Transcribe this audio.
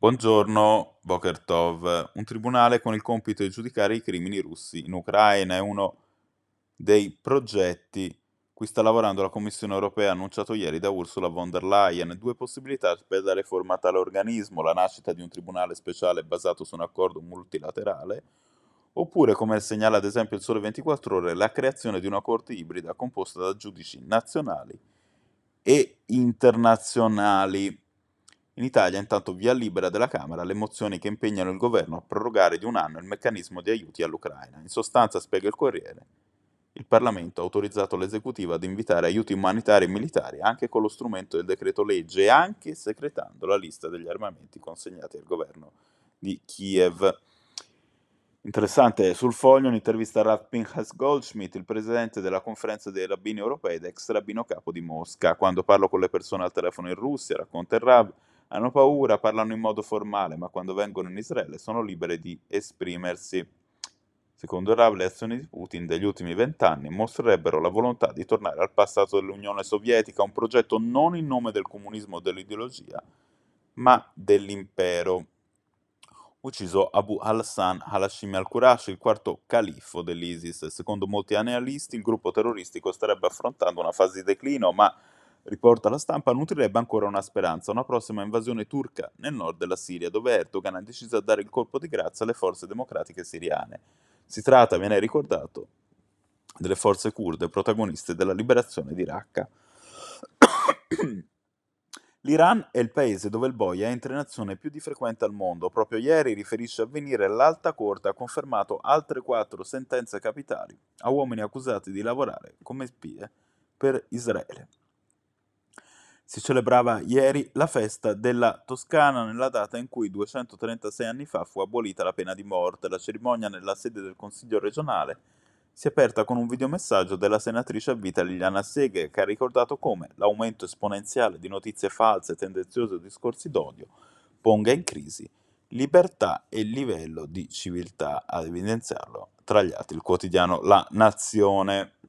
Buongiorno, Boker Tov. Un tribunale con il compito di giudicare i crimini russi in Ucraina è uno dei progetti cui sta lavorando la Commissione europea, annunciato ieri da Ursula von der Leyen. Due possibilità per dare forma a tale organismo: la nascita di un tribunale speciale basato su un accordo multilaterale, oppure, come segnala ad esempio il Sole 24 Ore, la creazione di una corte ibrida composta da giudici nazionali e internazionali. In Italia, intanto, via libera della Camera alle mozioni che impegnano il governo a prorogare di un anno il meccanismo di aiuti all'Ucraina. In sostanza, spiega il Corriere, il Parlamento ha autorizzato l'esecutivo ad invitare aiuti umanitari e militari anche con lo strumento del decreto legge e anche secretando la lista degli armamenti consegnati al governo di Kiev. Interessante, sul Foglio un'intervista a Rav Pinchas Goldschmidt, il presidente della conferenza dei rabbini europei ed ex rabbino capo di Mosca. Quando parlo con le persone al telefono in Russia, racconta il Rav, hanno paura, parlano in modo formale, ma quando vengono in Israele sono libere di esprimersi. Secondo il Rav, le azioni di Putin degli ultimi 20 anni mostrerebbero la volontà di tornare al passato dell'Unione Sovietica, un progetto non in nome del comunismo o dell'ideologia, ma dell'impero. Ucciso Abu Hassan al-Hashimi al-Qurashi, il quarto califfo dell'ISIS. Secondo molti analisti, il gruppo terroristico starebbe affrontando una fase di declino, ma, riporta la stampa, nutrirebbe ancora una speranza: una prossima invasione turca nel nord della Siria, dove Erdogan ha deciso di dare il colpo di grazia alle forze democratiche siriane. Si tratta, viene ricordato, delle forze kurde protagoniste della liberazione di Raqqa. L'Iran è il paese dove il boia entra in azione più di frequente al mondo. Proprio ieri, riferisce Avvenire, l'Alta Corte ha confermato altre 4 sentenze capitali a uomini accusati di lavorare come spie per Israele. Si celebrava ieri la festa della Toscana, nella data in cui 236 anni fa fu abolita la pena di morte. La cerimonia nella sede del Consiglio regionale si è aperta con un videomessaggio della senatrice a vita Liliana Seghe, che ha ricordato come l'aumento esponenziale di notizie false, tendenziose o discorsi d'odio ponga in crisi libertà e livello di civiltà, ad evidenziarlo tra gli altri il quotidiano La Nazione.